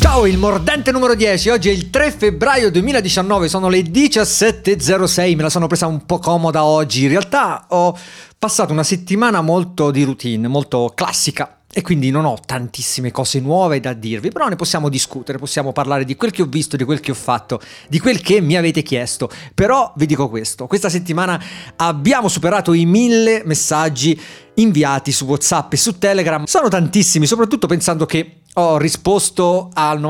Ciao, il mordente numero 10, oggi è il 3 febbraio 2019, sono le 17.06, me la sono presa un po' comoda oggi, in realtà ho passato una settimana molto di routine, molto classica e quindi non ho tantissime cose nuove da dirvi, però ne possiamo discutere, possiamo parlare di quel che ho visto, di quel che ho fatto, di quel che mi avete chiesto. Però vi dico questo, questa settimana abbiamo superato i 1000 messaggi inviati su WhatsApp e su Telegram. Sono tantissimi, soprattutto pensando che ho risposto al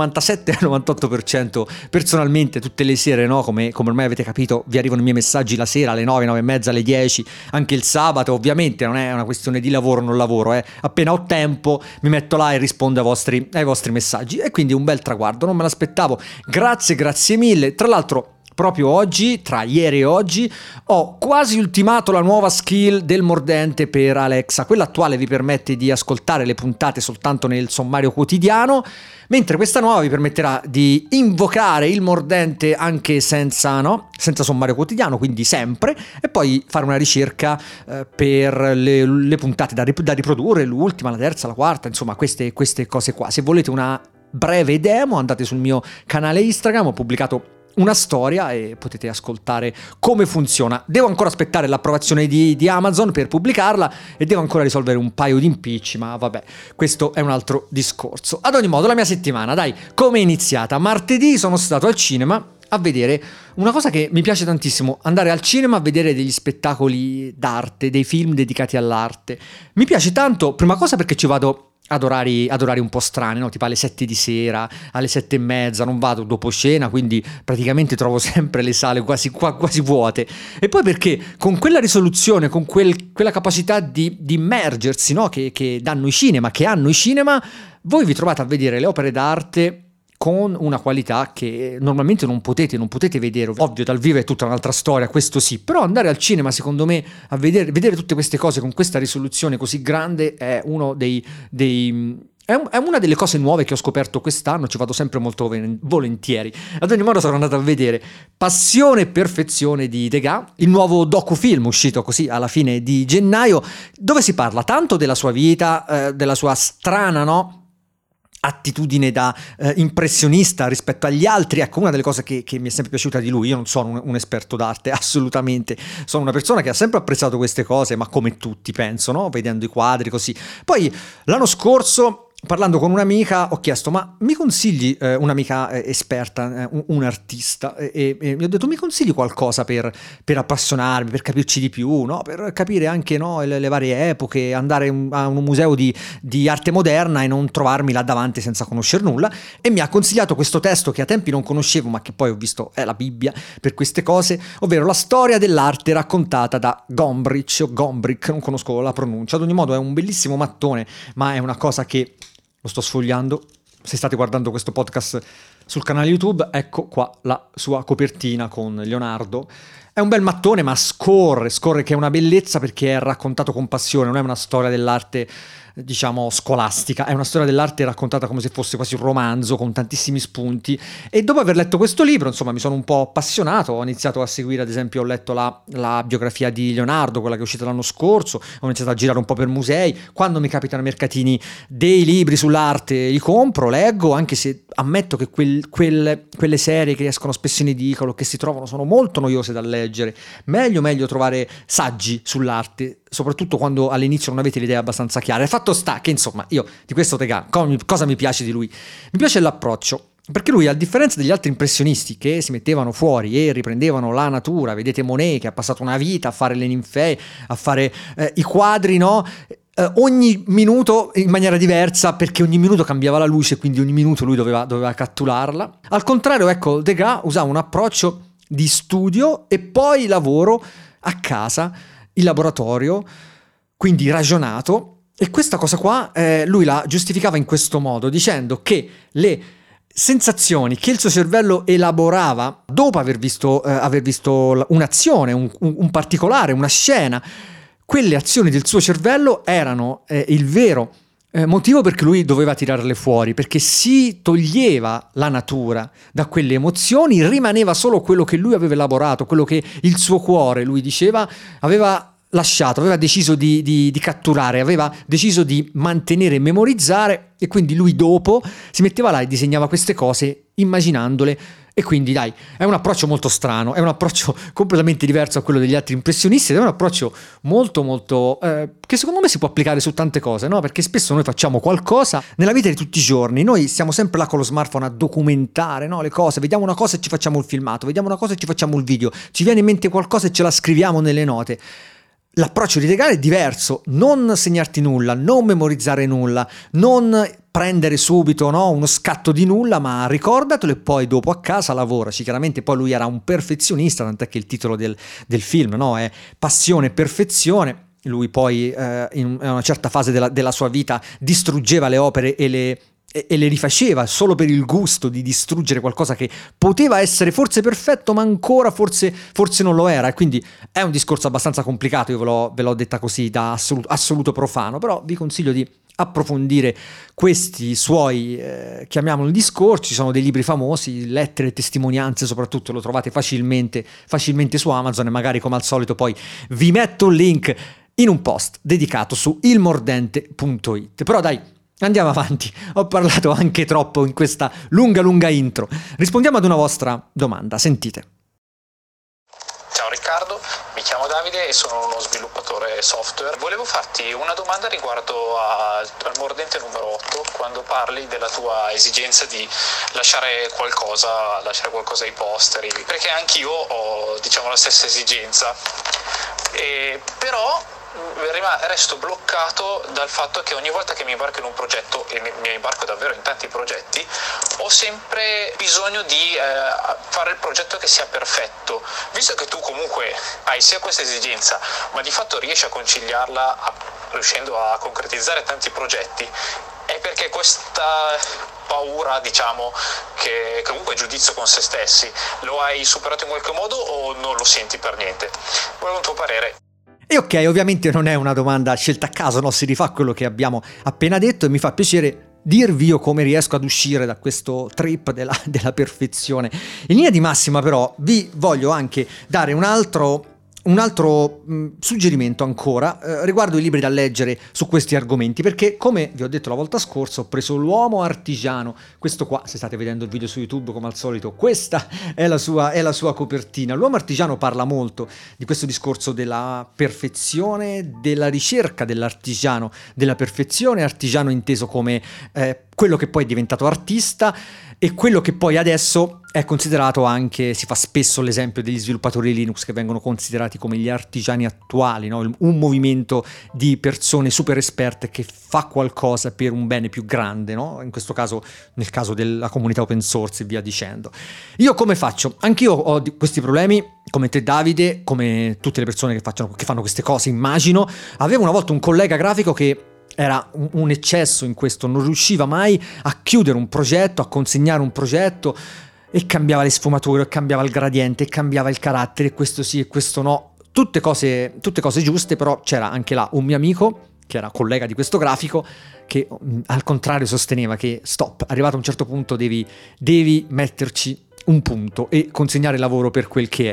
97-98% personalmente tutte le sere, no? Come ormai avete capito, vi arrivano i miei messaggi la sera alle 9, 9 e mezza, alle 10, anche il sabato. Ovviamente non è una questione di lavoro o non lavoro, appena ho tempo mi metto là e rispondo ai vostri messaggi, e quindi un bel traguardo, non me l'aspettavo. Grazie mille. Tra l'altro, proprio oggi, tra ieri e oggi, ho quasi ultimato la nuova skill del mordente per Alexa. Quella attuale vi permette di ascoltare le puntate soltanto nel sommario quotidiano, mentre questa nuova vi permetterà di invocare il mordente anche senza sommario quotidiano, quindi sempre, e poi fare una ricerca per le puntate da riprodurre, l'ultima, la terza, la quarta, insomma queste cose qua. Se volete una breve demo, andate sul mio canale Instagram, ho pubblicato una storia e potete ascoltare come funziona. Devo ancora aspettare l'approvazione di Amazon per pubblicarla e devo ancora risolvere un paio di impicci, ma vabbè, questo è un altro discorso. Ad ogni modo, la mia settimana, dai, come è iniziata? Martedì sono stato al cinema a vedere una cosa che mi piace tantissimo, andare al cinema a vedere degli spettacoli d'arte, dei film dedicati all'arte. Mi piace tanto, prima cosa perché ci vado ad orari un po' strani, no? Tipo alle 7 di sera, alle 7 e mezza, non vado dopo cena, quindi praticamente trovo sempre le sale quasi vuote. E poi perché con quella risoluzione, con quella capacità di immergersi, no? che hanno i cinema, voi vi trovate a vedere le opere d'arte con una qualità che normalmente non potete vedere. Ovvio, dal vivo è tutta un'altra storia, questo sì, però andare al cinema, secondo me, a vedere tutte queste cose con questa risoluzione così grande è uno è una delle cose nuove che ho scoperto quest'anno, ci vado sempre molto volentieri. Ad ogni modo sono andato a vedere Passione e Perfezione di Degas, il nuovo docufilm uscito così alla fine di gennaio, dove si parla tanto della sua vita, della sua strana, no? Attitudine da impressionista rispetto agli altri. Ecco, una delle cose che mi è sempre piaciuta di lui, io non sono un esperto d'arte, assolutamente, sono una persona che ha sempre apprezzato queste cose, ma come tutti penso, no? Vedendo i quadri così. Poi l'anno scorso, parlando con un'amica, ho chiesto: ma mi consigli, un'amica esperta, un artista, e mi ho detto: mi consigli qualcosa per appassionarmi, per capirci di più, no? Per capire anche, no, le varie epoche, andare a un museo di arte moderna e non trovarmi là davanti senza conoscere nulla. E mi ha consigliato questo testo che a tempi non conoscevo, ma che poi ho visto è la Bibbia per queste cose, ovvero La storia dell'arte raccontata da Gombrich o Gombrich, non conosco la pronuncia. Ad ogni modo è un bellissimo mattone, ma è una cosa che lo sto sfogliando. Se state guardando questo podcast sul canale YouTube, ecco qua la sua copertina con Leonardo. È un bel mattone, ma scorre, che è una bellezza perché è raccontato con passione, non è una storia dell'arte, diciamo, scolastica, è una storia dell'arte raccontata come se fosse quasi un romanzo con tantissimi spunti. E dopo aver letto questo libro, insomma, mi sono un po' appassionato, ho iniziato a seguire, ad esempio, ho letto la biografia di Leonardo, quella che è uscita l'anno scorso, ho iniziato a girare un po' per musei, quando mi capitano mercatini dei libri sull'arte li compro, leggo, anche se ammetto che quelle serie che escono spesso in edicola, che si trovano, sono molto noiose da leggere. Meglio trovare saggi sull'arte, soprattutto quando all'inizio non avete l'idea abbastanza chiara. Il fatto sta che, insomma, io di questo Degas, cosa mi piace di lui? Mi piace l'approccio, perché lui, a differenza degli altri impressionisti che si mettevano fuori e riprendevano la natura, vedete Monet che ha passato una vita a fare le ninfee, a fare i quadri, no? Ogni minuto in maniera diversa, perché ogni minuto cambiava la luce, quindi ogni minuto lui doveva catturarla. Al contrario, ecco, Degas usava un approccio di studio e poi lavoro a casa, in laboratorio, quindi ragionato. E questa cosa qua lui la giustificava in questo modo, dicendo che le sensazioni che il suo cervello elaborava dopo aver visto un'azione, un particolare, una scena, quelle azioni del suo cervello erano il vero motivo perché lui doveva tirarle fuori, perché si toglieva la natura da quelle emozioni, rimaneva solo quello che lui aveva elaborato, quello che il suo cuore, lui diceva, aveva lasciato, aveva deciso di catturare, aveva deciso di mantenere e memorizzare, e quindi lui dopo si metteva là e disegnava queste cose immaginandole. E quindi dai, è un approccio molto strano, è un approccio completamente diverso a quello degli altri impressionisti, ed è un approccio molto molto che secondo me si può applicare su tante cose, no? Perché spesso noi facciamo qualcosa nella vita di tutti i giorni, noi siamo sempre là con lo smartphone a documentare, no? Le cose, vediamo una cosa e ci facciamo il filmato, vediamo una cosa e ci facciamo il video, ci viene in mente qualcosa e ce la scriviamo nelle note. L'approccio di Regale è diverso: non segnarti nulla, non memorizzare nulla, non prendere subito, no, uno scatto di nulla, ma ricordatelo e poi dopo a casa lavoraci. Chiaramente poi lui era un perfezionista, tant'è che il titolo del film, no, è Passione e Perfezione. Lui poi in una certa fase della sua vita distruggeva le opere e le rifaceva solo per il gusto di distruggere qualcosa che poteva essere forse perfetto, ma ancora forse non lo era. E quindi è un discorso abbastanza complicato, io ve l'ho detta così da assoluto profano, però vi consiglio di approfondire questi suoi, chiamiamoli discorsi. Ci sono dei libri famosi, lettere e testimonianze soprattutto, lo trovate facilmente su Amazon, e magari come al solito poi vi metto un link in un post dedicato su ilmordente.it. Però dai, andiamo avanti, ho parlato anche troppo in questa lunga intro. Rispondiamo ad una vostra domanda, sentite. Ciao Riccardo, mi chiamo Davide e sono uno sviluppatore software. Volevo farti una domanda riguardo al mordente numero 8, quando parli della tua esigenza di lasciare qualcosa ai posteri, perché anch'io ho, diciamo, la stessa esigenza, però resto bloccato dal fatto che ogni volta che mi imbarco in un progetto, e mi imbarco davvero in tanti progetti, ho sempre bisogno di fare il progetto che sia perfetto. Visto che tu comunque hai sia questa esigenza, ma di fatto riesci a conciliarla riuscendo a concretizzare tanti progetti, è perché questa paura, diciamo, che comunque giudizio con se stessi, lo hai superato in qualche modo o non lo senti per niente? Volevo un tuo parere. E ok, ovviamente non è una domanda scelta a caso, no? Si rifà a quello che abbiamo appena detto, e mi fa piacere dirvi io come riesco ad uscire da questo trip della perfezione. In linea di massima però vi voglio anche dare un altro suggerimento ancora riguardo i libri da leggere su questi argomenti, perché come vi ho detto la volta scorsa ho preso L'uomo artigiano. Questo qua, se state vedendo il video su YouTube come al solito, questa è la sua copertina. L'uomo artigiano parla molto di questo discorso della perfezione, della ricerca dell'artigiano, della perfezione, artigiano inteso come quello che poi è diventato artista, e quello che poi adesso è considerato anche, si fa spesso l'esempio degli sviluppatori Linux che vengono considerati come gli artigiani attuali, no? Un movimento di persone super esperte che fa qualcosa per un bene più grande, no? In questo caso, nel caso della comunità open source e via dicendo. Io come faccio? Anch'io ho questi problemi, come te Davide, come tutte le persone che fanno queste cose, immagino. Avevo una volta un collega grafico che era un eccesso in questo, non riusciva mai a chiudere un progetto, a consegnare un progetto, e cambiava le sfumature, cambiava il gradiente, cambiava il carattere, questo sì e questo no, tutte cose giuste. Però c'era anche là un mio amico che era collega di questo grafico che al contrario sosteneva che stop, arrivato a un certo punto devi metterci un punto e consegnare il lavoro per quel che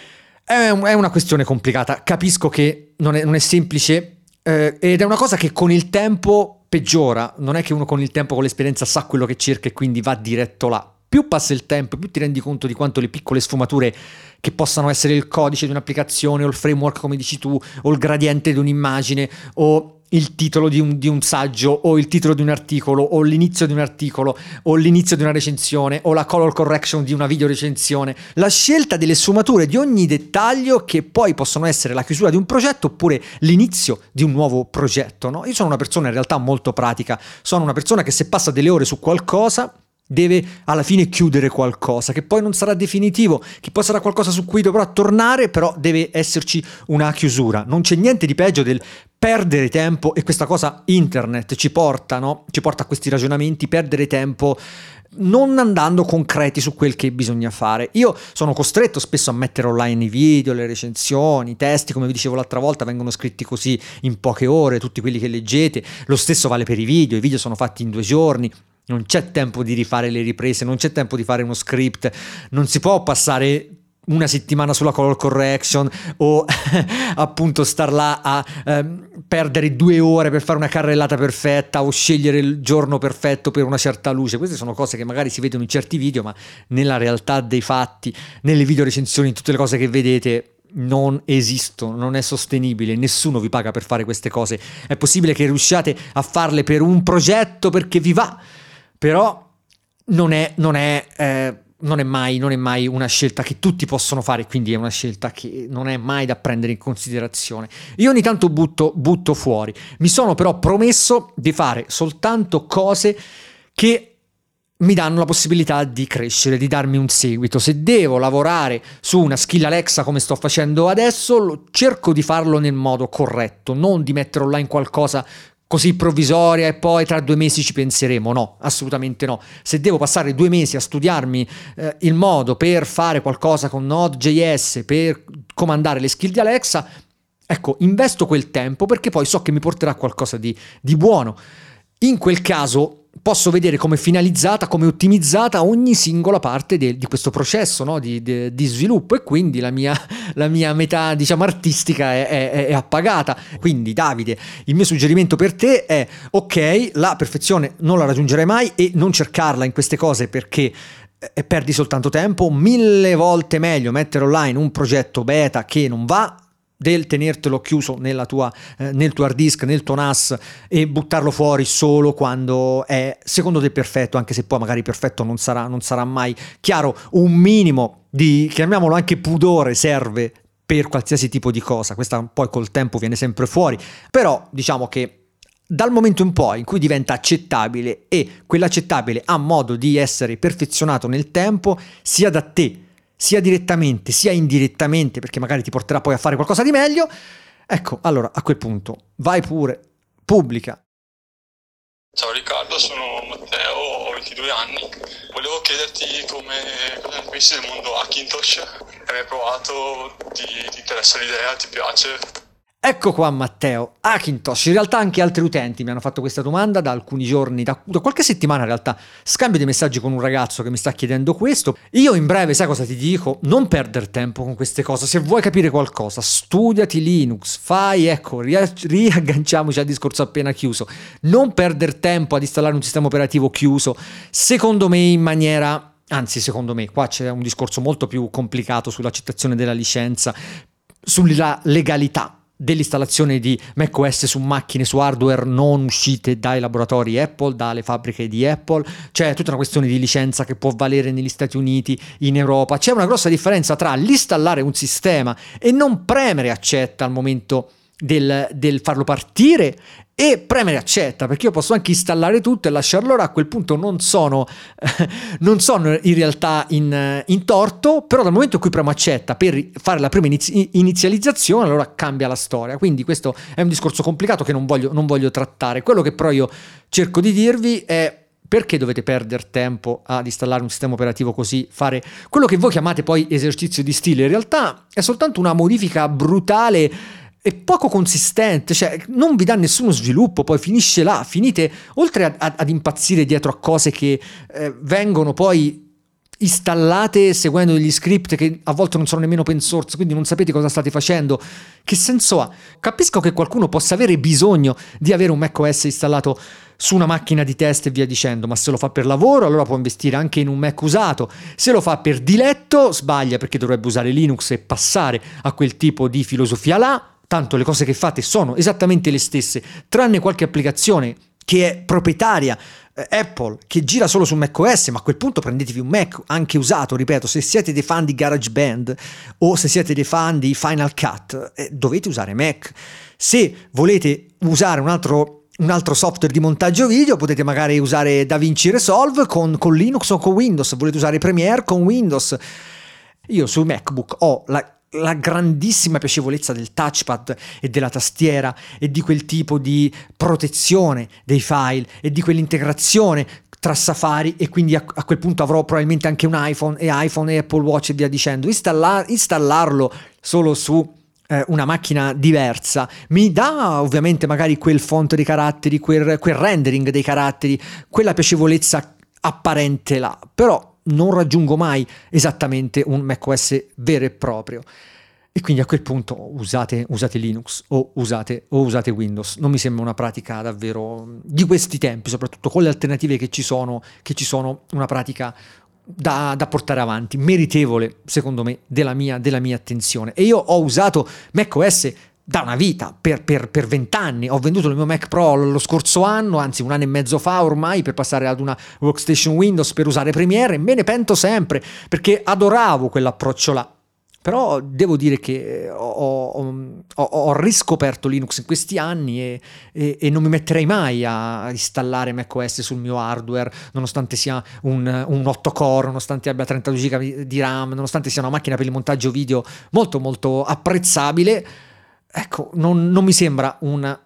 è una questione complicata, capisco che non è semplice. Ed è una cosa che con il tempo peggiora. Non è che uno con il tempo, con l'esperienza, sa quello che cerca e quindi va diretto là. Più passa il tempo, più ti rendi conto di quanto le piccole sfumature che possano essere il codice di un'applicazione, o il framework come dici tu, o il gradiente di un'immagine, o il titolo di un saggio, o il titolo di un articolo, o l'inizio di un articolo, o l'inizio di una recensione, o la color correction di una video recensione, la scelta delle sfumature di ogni dettaglio che poi possono essere la chiusura di un progetto oppure l'inizio di un nuovo progetto, no? Io sono una persona in realtà molto pratica, sono una persona che se passa delle ore su qualcosa deve alla fine chiudere qualcosa, che poi non sarà definitivo, che poi sarà qualcosa su cui dovrà tornare, però deve esserci una chiusura. Non c'è niente di peggio del perdere tempo, e questa cosa internet ci porta, no? Ci porta a questi ragionamenti, perdere tempo non andando concreti su quel che bisogna fare. Io sono costretto spesso a mettere online i video, le recensioni, i testi, come vi dicevo l'altra volta, vengono scritti così in poche ore, tutti quelli che leggete. Lo stesso vale per i video sono fatti in 2 giorni. Non c'è tempo di rifare le riprese, non c'è tempo di fare uno script, non si può passare una settimana sulla color correction o appunto star là a perdere 2 ore per fare una carrellata perfetta o scegliere il giorno perfetto per una certa luce. Queste sono cose che magari si vedono in certi video, ma nella realtà dei fatti, nelle video recensioni, in tutte le cose che vedete, non esistono, non è sostenibile, nessuno vi paga per fare queste cose. È possibile che riusciate a farle per un progetto perché vi va, però non è mai una scelta che tutti possono fare, quindi è una scelta che non è mai da prendere in considerazione. Io ogni tanto butto fuori. Mi sono però promesso di fare soltanto cose che mi danno la possibilità di crescere, di darmi un seguito. Se devo lavorare su una skill Alexa come sto facendo adesso, cerco di farlo nel modo corretto, non di mettere online qualcosa così provvisoria e poi tra 2 mesi ci penseremo. No, assolutamente no. Se devo passare 2 mesi a studiarmi il modo per fare qualcosa con Node.js, per comandare le skill di Alexa, ecco, investo quel tempo perché poi so che mi porterà a qualcosa di buono. In quel caso posso vedere come finalizzata, come ottimizzata ogni singola parte di questo processo, no? di sviluppo, e quindi la mia metà, diciamo, artistica è appagata. Quindi Davide, il mio suggerimento per te è: ok, la perfezione non la raggiungerai mai e non cercarla in queste cose perché perdi soltanto tempo. 1000 volte meglio mettere online un progetto beta che non va del tenertelo chiuso nel tuo hard disk, nel tuo NAS, e buttarlo fuori solo quando è secondo te perfetto, anche se poi magari perfetto non sarà mai. Chiaro, un minimo di, chiamiamolo anche pudore, serve per qualsiasi tipo di cosa. Questa poi col tempo viene sempre fuori, però diciamo che dal momento in poi in cui diventa accettabile, e quell'accettabile ha modo di essere perfezionato nel tempo, sia da te, sia direttamente sia indirettamente, perché magari ti porterà poi a fare qualcosa di meglio, ecco, allora a quel punto vai pure, pubblica. Ciao Riccardo, sono Matteo, ho 22 anni. Volevo chiederti cosa ne pensi del mondo Hackintosh. Hai mai provato? Ti interessa l'idea? Ti piace? Ecco qua Matteo, Hackintosh. In realtà anche altri utenti mi hanno fatto questa domanda da alcuni giorni, da qualche settimana in realtà. Scambio di messaggi con un ragazzo che mi sta chiedendo questo. Io in breve, sai cosa ti dico? Non perdere tempo con queste cose. Se vuoi capire qualcosa, studiati Linux, riagganciamoci al discorso appena chiuso. Non perdere tempo ad installare un sistema operativo chiuso, secondo me secondo me, qua c'è un discorso molto più complicato sull'accettazione della licenza, sulla legalità dell'installazione di macOS su macchine, su hardware non uscite dai laboratori Apple, dalle fabbriche di Apple. C'è tutta una questione di licenza che può valere negli Stati Uniti, in Europa. C'è una grossa differenza tra l'installare un sistema e non premere accetta al momento del farlo partire e premere accetta, perché io posso anche installare tutto e lasciarlo là. A quel punto non sono in realtà in torto, però dal momento in cui premo accetta per fare la prima inizializzazione, allora cambia la storia. Quindi questo è un discorso complicato che non voglio trattare. Quello che però io cerco di dirvi è: perché dovete perdere tempo ad installare un sistema operativo così? Fare quello che voi chiamate poi esercizio di stile, in realtà è soltanto una modifica brutale e poco consistente, cioè non vi dà nessuno sviluppo, poi finisce là, finite, oltre ad impazzire dietro a cose che vengono poi installate seguendo degli script che a volte non sono nemmeno open source, quindi non sapete cosa state facendo. Che senso ha? Capisco che qualcuno possa avere bisogno di avere un macOS installato su una macchina di test e via dicendo, ma se lo fa per lavoro allora può investire anche in un Mac usato. Se lo fa per diletto sbaglia, perché dovrebbe usare Linux e passare a quel tipo di filosofia là. Tanto le cose che fate sono esattamente le stesse, tranne qualche applicazione che è proprietaria Apple, che gira solo su macOS, ma a quel punto prendetevi un Mac anche usato. Ripeto, se siete dei fan di GarageBand o se siete dei fan di Final Cut, dovete usare Mac. Se volete usare un altro software di montaggio video, potete magari usare DaVinci Resolve con Linux o con Windows. Volete usare Premiere con Windows. Io su MacBook ho la grandissima piacevolezza del touchpad e della tastiera e di quel tipo di protezione dei file e di quell'integrazione tra Safari, e quindi a quel punto avrò probabilmente anche un iPhone e Apple Watch e via dicendo. Installarlo solo su una macchina diversa mi dà ovviamente magari quel font dei caratteri, quel rendering dei caratteri, quella piacevolezza apparente là, però non raggiungo mai esattamente un macOS vero e proprio. E quindi a quel punto usate Linux o usate Windows. Non mi sembra una pratica davvero di questi tempi, soprattutto con le alternative che ci sono, una pratica da portare avanti, meritevole secondo me della mia attenzione. E io ho usato macOS da una vita, per 20 anni. Ho venduto il mio Mac Pro lo scorso anno, anzi un anno e mezzo fa ormai, per passare ad una workstation Windows per usare Premiere, e me ne pento sempre perché adoravo quell'approccio là. Però devo dire che ho riscoperto Linux in questi anni e non mi metterei mai a installare macOS sul mio hardware, nonostante sia un 8 core, nonostante abbia 32 GB di RAM, nonostante sia una macchina per il montaggio video molto molto apprezzabile. Ecco, non mi sembra un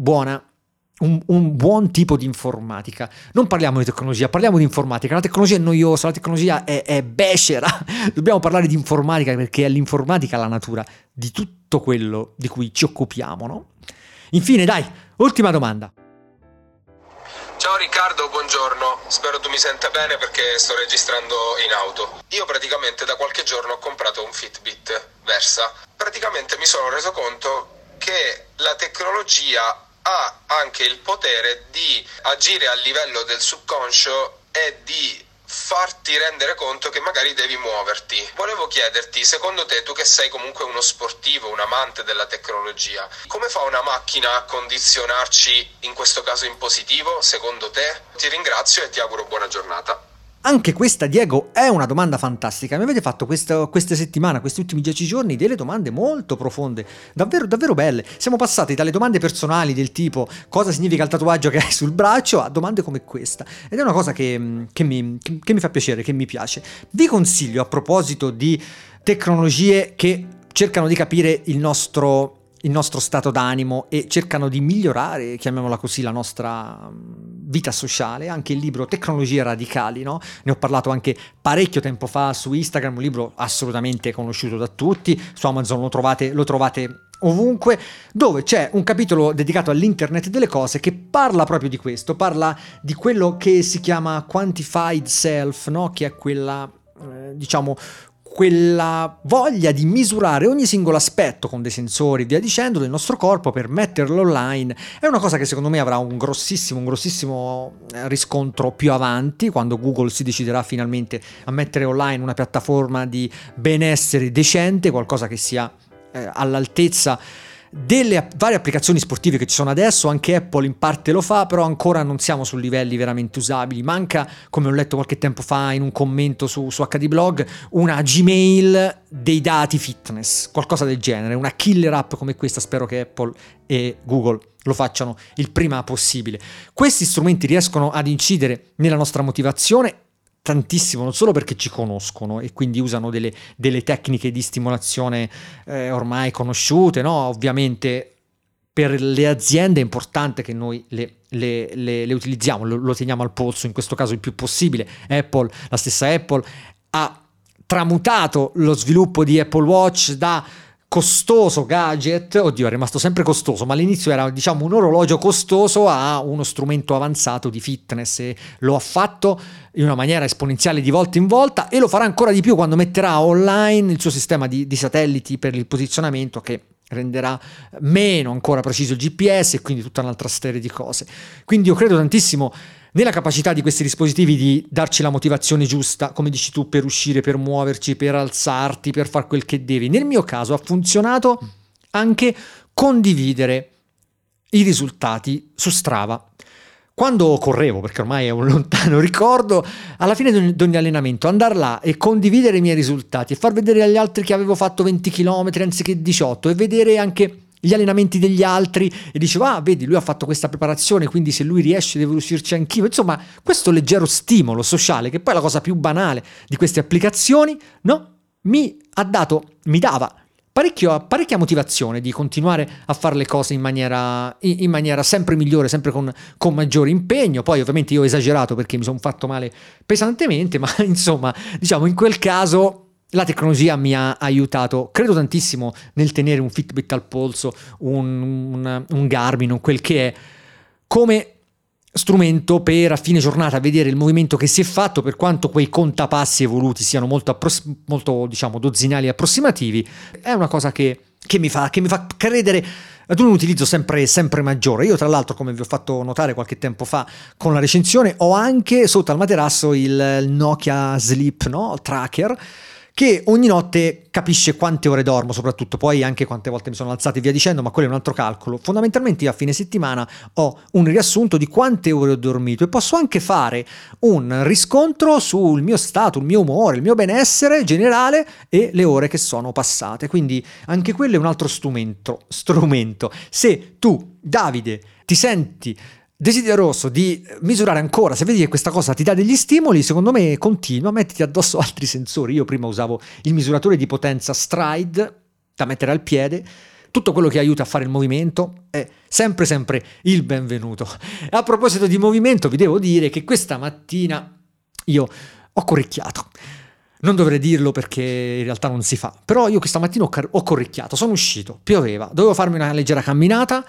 buon tipo di informatica. Non parliamo di tecnologia, parliamo di informatica. La tecnologia è noiosa, la tecnologia è becera. Dobbiamo parlare di informatica, perché è l'informatica la natura di tutto quello di cui ci occupiamo, no? Infine, dai, ultima domanda. Ciao Riccardo, buongiorno. Spero tu mi senta bene perché sto registrando in auto. Io praticamente da qualche giorno ho comprato un Fitbit Versa. Praticamente mi sono reso conto che la tecnologia ha anche il potere di agire a livello del subconscio e di farti rendere conto che magari devi muoverti. Volevo chiederti, secondo te, tu che sei comunque uno sportivo, un amante della tecnologia, come fa una macchina a condizionarci, in questo caso in positivo, secondo te? Ti ringrazio e ti auguro buona giornata. Anche questa, Diego, è una domanda fantastica. Mi avete fatto questa settimana, questi ultimi 10 giorni, delle domande molto profonde, davvero, davvero belle. Siamo passati dalle domande personali del tipo cosa significa il tatuaggio che hai sul braccio a domande come questa. Ed è una cosa che mi fa piacere, che mi piace. Vi consiglio, a proposito di tecnologie che cercano di capire il nostro stato d'animo e cercano di migliorare, chiamiamola così, la nostra vita sociale, anche il libro Tecnologie radicali, no? Ne ho parlato anche parecchio tempo fa su Instagram, un libro assolutamente conosciuto da tutti, su Amazon lo trovate ovunque, dove c'è un capitolo dedicato all'internet delle cose che parla proprio di questo, parla di quello che si chiama quantified self, no? Che è quella, quella voglia di misurare ogni singolo aspetto con dei sensori e via dicendo del nostro corpo per metterlo online. È una cosa che secondo me avrà un grossissimo riscontro più avanti, quando Google si deciderà finalmente a mettere online una piattaforma di benessere decente, qualcosa che sia all'altezza delle varie applicazioni sportive che ci sono adesso. Anche Apple in parte lo fa, però ancora non siamo su livelli veramente usabili. Manca, come ho letto qualche tempo fa in un commento su HD Blog, una Gmail dei dati fitness, qualcosa del genere, una killer app come questa. Spero che Apple e Google lo facciano il prima possibile. Questi strumenti riescono ad incidere nella nostra motivazione tantissimo, non solo perché ci conoscono e quindi usano delle tecniche di stimolazione ormai conosciute, no? Ovviamente per le aziende è importante che noi le utilizziamo, lo teniamo al polso, in questo caso il più possibile. La stessa Apple ha tramutato lo sviluppo di Apple Watch da costoso gadget, oddio è rimasto sempre costoso, ma all'inizio era un orologio costoso, a uno strumento avanzato di fitness, e lo ha fatto in una maniera esponenziale di volta in volta, e lo farà ancora di più quando metterà online il suo sistema di satelliti per il posizionamento, che renderà meno ancora preciso il GPS e quindi tutta un'altra serie di cose. Quindi io credo tantissimo nella capacità di questi dispositivi di darci la motivazione giusta, come dici tu, per uscire, per muoverci, per alzarti, per far quel che devi. Nel mio caso ha funzionato anche condividere i risultati su Strava. Quando correvo, perché ormai è un lontano ricordo, alla fine di ogni allenamento andare là e condividere i miei risultati e far vedere agli altri che avevo fatto 20 km anziché 18, e vedere anche gli allenamenti degli altri e dicevo, vedi, lui ha fatto questa preparazione, quindi se lui riesce devo riuscirci anch'io. Insomma, questo leggero stimolo sociale, che poi è la cosa più banale di queste applicazioni, no? Mi dava parecchia motivazione di continuare a fare le cose in maniera sempre migliore, sempre con maggiore impegno. Poi ovviamente io ho esagerato perché mi sono fatto male pesantemente, ma insomma, in quel caso la tecnologia mi ha aiutato, credo tantissimo, nel tenere un Fitbit al polso, un Garmin, un quel che è, come strumento per a fine giornata vedere il movimento che si è fatto, per quanto quei contapassi evoluti siano molto diciamo dozzinali e approssimativi. È una cosa che mi fa credere ad un utilizzo sempre maggiore. Io tra l'altro, come vi ho fatto notare qualche tempo fa con la recensione, ho anche sotto al materasso il Nokia Sleep, no? Tracker, che ogni notte capisce quante ore dormo, soprattutto poi anche quante volte mi sono alzato e via dicendo, ma quello è un altro calcolo. Fondamentalmente io a fine settimana ho un riassunto di quante ore ho dormito e posso anche fare un riscontro sul mio stato, il mio umore, il mio benessere generale e le ore che sono passate. Quindi anche quello è un altro strumento. Se tu, Davide, ti senti desideroso di misurare ancora, se vedi che questa cosa ti dà degli stimoli, secondo me continua, mettiti addosso altri sensori. Io prima usavo il misuratore di potenza Stride da mettere al piede. Tutto quello che aiuta a fare il movimento è sempre il benvenuto. E a proposito di movimento, vi devo dire che questa mattina io ho corricchiato. Non dovrei dirlo perché in realtà non si fa, però io questa mattina ho corricchiato, sono uscito, pioveva, dovevo farmi una leggera camminata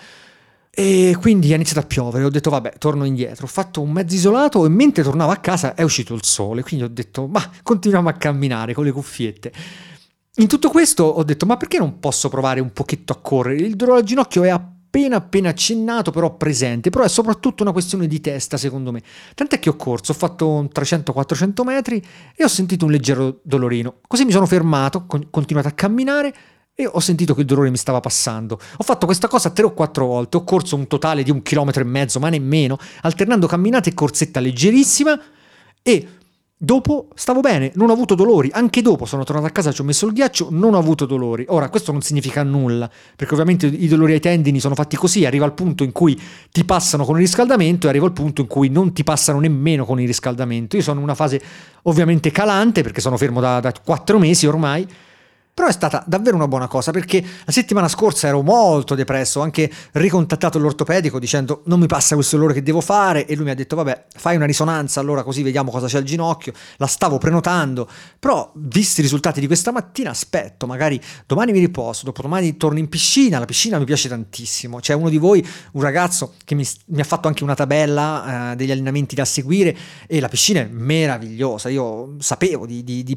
e quindi è iniziato a piovere. Ho detto vabbè, torno indietro, ho fatto un mezzo isolato e mentre tornavo a casa è uscito il sole, quindi ho detto ma continuiamo a camminare con le cuffiette. In tutto questo ho detto ma perché non posso provare un pochetto a correre? Il dolore al ginocchio è appena accennato, però presente, però è soprattutto una questione di testa secondo me. Tant'è che ho corso, ho fatto 300-400 metri e ho sentito un leggero dolorino, così mi sono fermato, continuato a camminare e ho sentito che il dolore mi stava passando. Ho fatto questa cosa 3 o 4 volte, ho corso un totale di 1,5 chilometri, ma nemmeno, alternando camminate e corsetta leggerissima, e dopo stavo bene, non ho avuto dolori. Anche dopo sono tornato a casa, ci ho messo il ghiaccio, non ho avuto dolori. Ora, questo non significa nulla, perché ovviamente i dolori ai tendini sono fatti così, arriva il punto in cui ti passano con il riscaldamento e arriva il punto in cui non ti passano nemmeno con il riscaldamento. Io sono in una fase ovviamente calante, perché sono fermo da 4 mesi ormai. Però è stata davvero una buona cosa, perché la settimana scorsa ero molto depresso, ho anche ricontattato l'ortopedico dicendo non mi passa questo dolore che devo fare, e lui mi ha detto vabbè, fai una risonanza allora così vediamo cosa c'è al ginocchio. La stavo prenotando, però visti i risultati di questa mattina aspetto, magari domani mi riposo, dopodomani torno in piscina. La piscina mi piace tantissimo, c'è uno di voi, un ragazzo che mi ha fatto anche una tabella degli allenamenti da seguire, e la piscina è meravigliosa. Io sapevo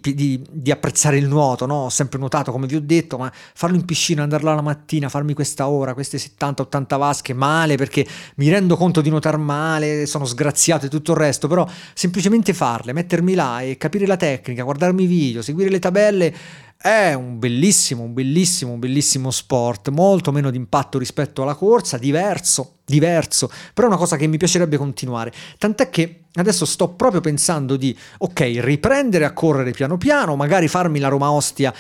di apprezzare il nuoto, no? Ho sempre nuotato, come vi ho detto, ma farlo in piscina, andare là la mattina, farmi questa ora, queste 70-80 vasche, male, perché mi rendo conto di nuotare male, sono sgraziato e tutto il resto, però semplicemente farle, mettermi là e capire la tecnica, guardarmi i video, seguire le tabelle, è un bellissimo sport, molto meno di impatto rispetto alla corsa, diverso, però è una cosa che mi piacerebbe continuare, tant'è che adesso sto proprio pensando di, ok, riprendere a correre piano piano, magari farmi la Roma Ostia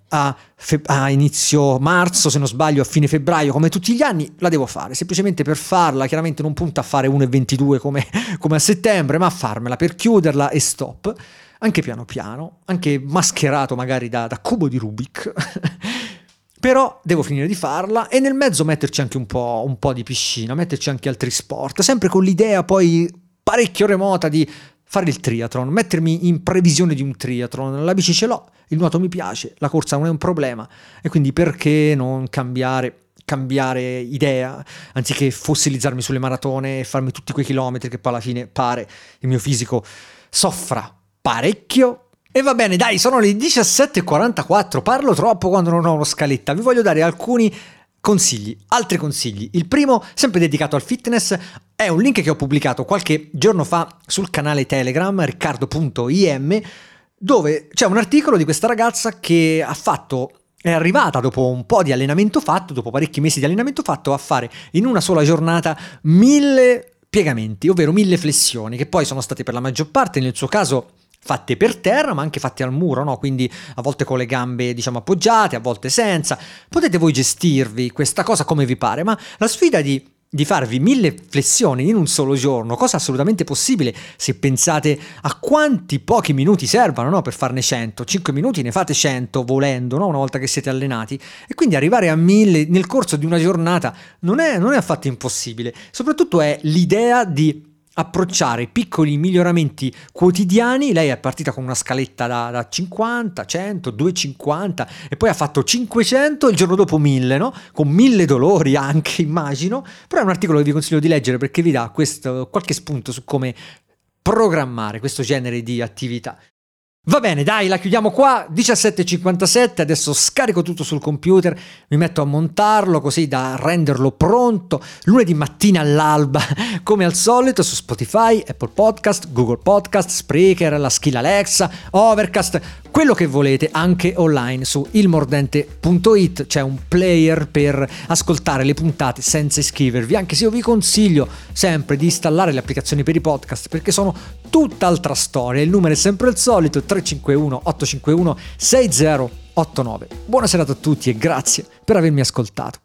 a inizio marzo, se non sbaglio a fine febbraio, come tutti gli anni. La devo fare, semplicemente per farla. Chiaramente non punta a fare 1,22 come a settembre, ma a farmela per chiuderla e stop, anche piano piano, anche mascherato magari da cubo di Rubik. Però devo finire di farla e nel mezzo metterci anche un po' di piscina, metterci anche altri sport, sempre con l'idea poi parecchio remota di fare il triathlon, mettermi in previsione di un triathlon. La bici ce l'ho, il nuoto mi piace, la corsa non è un problema, e quindi perché non cambiare idea, anziché fossilizzarmi sulle maratone e farmi tutti quei chilometri che poi alla fine pare il mio fisico soffra parecchio. E va bene, dai, sono le 17:44, parlo troppo quando non ho una scaletta. Vi voglio dare alcuni altri consigli. Il primo, sempre dedicato al fitness, è un link che ho pubblicato qualche giorno fa sul canale Telegram riccardo.im, dove c'è un articolo di questa ragazza che è arrivata dopo un po' di allenamento fatto, dopo parecchi mesi di allenamento fatto, a fare in una sola giornata 1000 piegamenti, ovvero 1000 flessioni, che poi sono state per la maggior parte, nel suo caso, fatte per terra, ma anche fatte al muro, no? Quindi a volte con le gambe, diciamo, appoggiate, a volte senza. Potete voi gestirvi questa cosa come vi pare, ma la sfida di farvi 1000 flessioni in un solo giorno, cosa assolutamente possibile se pensate a quanti pochi minuti servano, no? Per farne 100, 5 minuti ne fate 100 volendo, no? Una volta che siete allenati, e quindi arrivare a 1000 nel corso di una giornata non è affatto impossibile. Soprattutto è l'idea di approcciare piccoli miglioramenti quotidiani. Lei è partita con una scaletta da 50, 100, 250 e poi ha fatto 500 e il giorno dopo 1000, no? Con 1000 dolori anche, immagino. Però è un articolo che vi consiglio di leggere perché vi dà qualche spunto su come programmare questo genere di attività. Va bene, dai, la chiudiamo qua, 17:57, adesso scarico tutto sul computer, mi metto a montarlo così da renderlo pronto lunedì mattina all'alba, come al solito su Spotify, Apple Podcast, Google Podcast, Spreaker, la Skill Alexa, Overcast, quello che volete, anche online su ilmordente.it, c'è un player per ascoltare le puntate senza iscrivervi, anche se io vi consiglio sempre di installare le applicazioni per i podcast perché sono tutt'altra storia. Il numero è sempre il solito, 351 851 6089. Buona serata a tutti e grazie per avermi ascoltato.